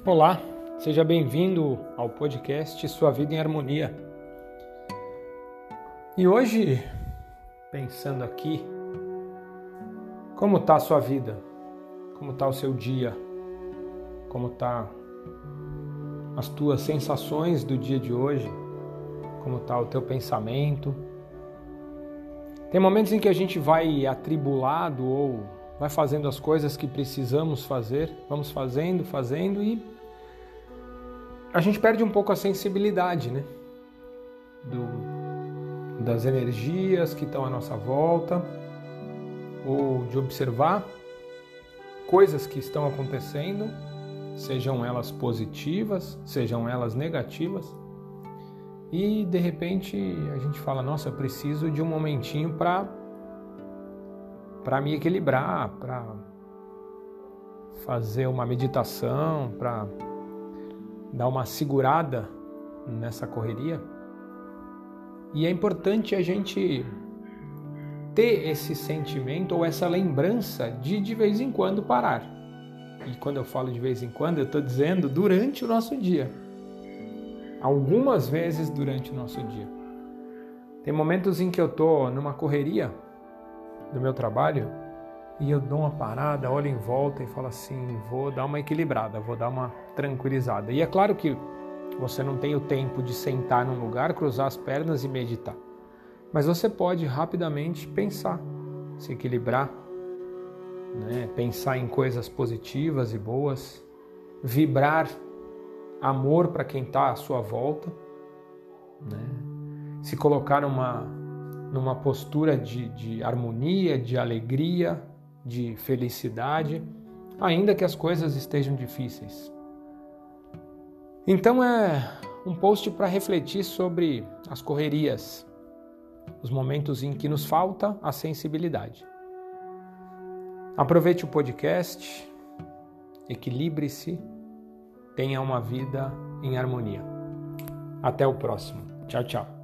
Olá, seja bem-vindo ao podcast Sua Vida em Harmonia. E hoje, pensando aqui, como está a sua vida? Como está o seu dia? Como está as tuas sensações do dia de hoje? Como está o teu pensamento? Tem momentos em que a gente vai atribulado ou vai fazendo as coisas que precisamos fazer, vamos fazendo e a gente perde um pouco a sensibilidade, né? Das energias que estão à nossa volta, ou de observar coisas que estão acontecendo, sejam elas positivas, sejam elas negativas, e de repente a gente fala, nossa, eu preciso de um momentinho para me equilibrar, para fazer uma meditação, para dar uma segurada nessa correria. E é importante a gente ter esse sentimento ou essa lembrança de vez em quando parar. E quando eu falo de vez em quando, eu estou dizendo durante o nosso dia. Algumas vezes durante o nosso dia. Tem momentos em que eu estou numa correria do meu trabalho e eu dou uma parada, olho em volta e falo assim, vou dar uma equilibrada, vou dar uma tranquilizada. E é claro que você não tem o tempo de sentar num lugar, cruzar as pernas e meditar. Mas você pode rapidamente pensar, se equilibrar, né? Pensar em coisas positivas e boas, vibrar amor para quem está à sua volta, né? Se colocar numa postura de harmonia, de alegria, de felicidade, ainda que as coisas estejam difíceis. Então é um post para refletir sobre as correrias, os momentos em que nos falta a sensibilidade. Aproveite o podcast, equilibre-se, tenha uma vida em harmonia. Até o próximo. Tchau, tchau.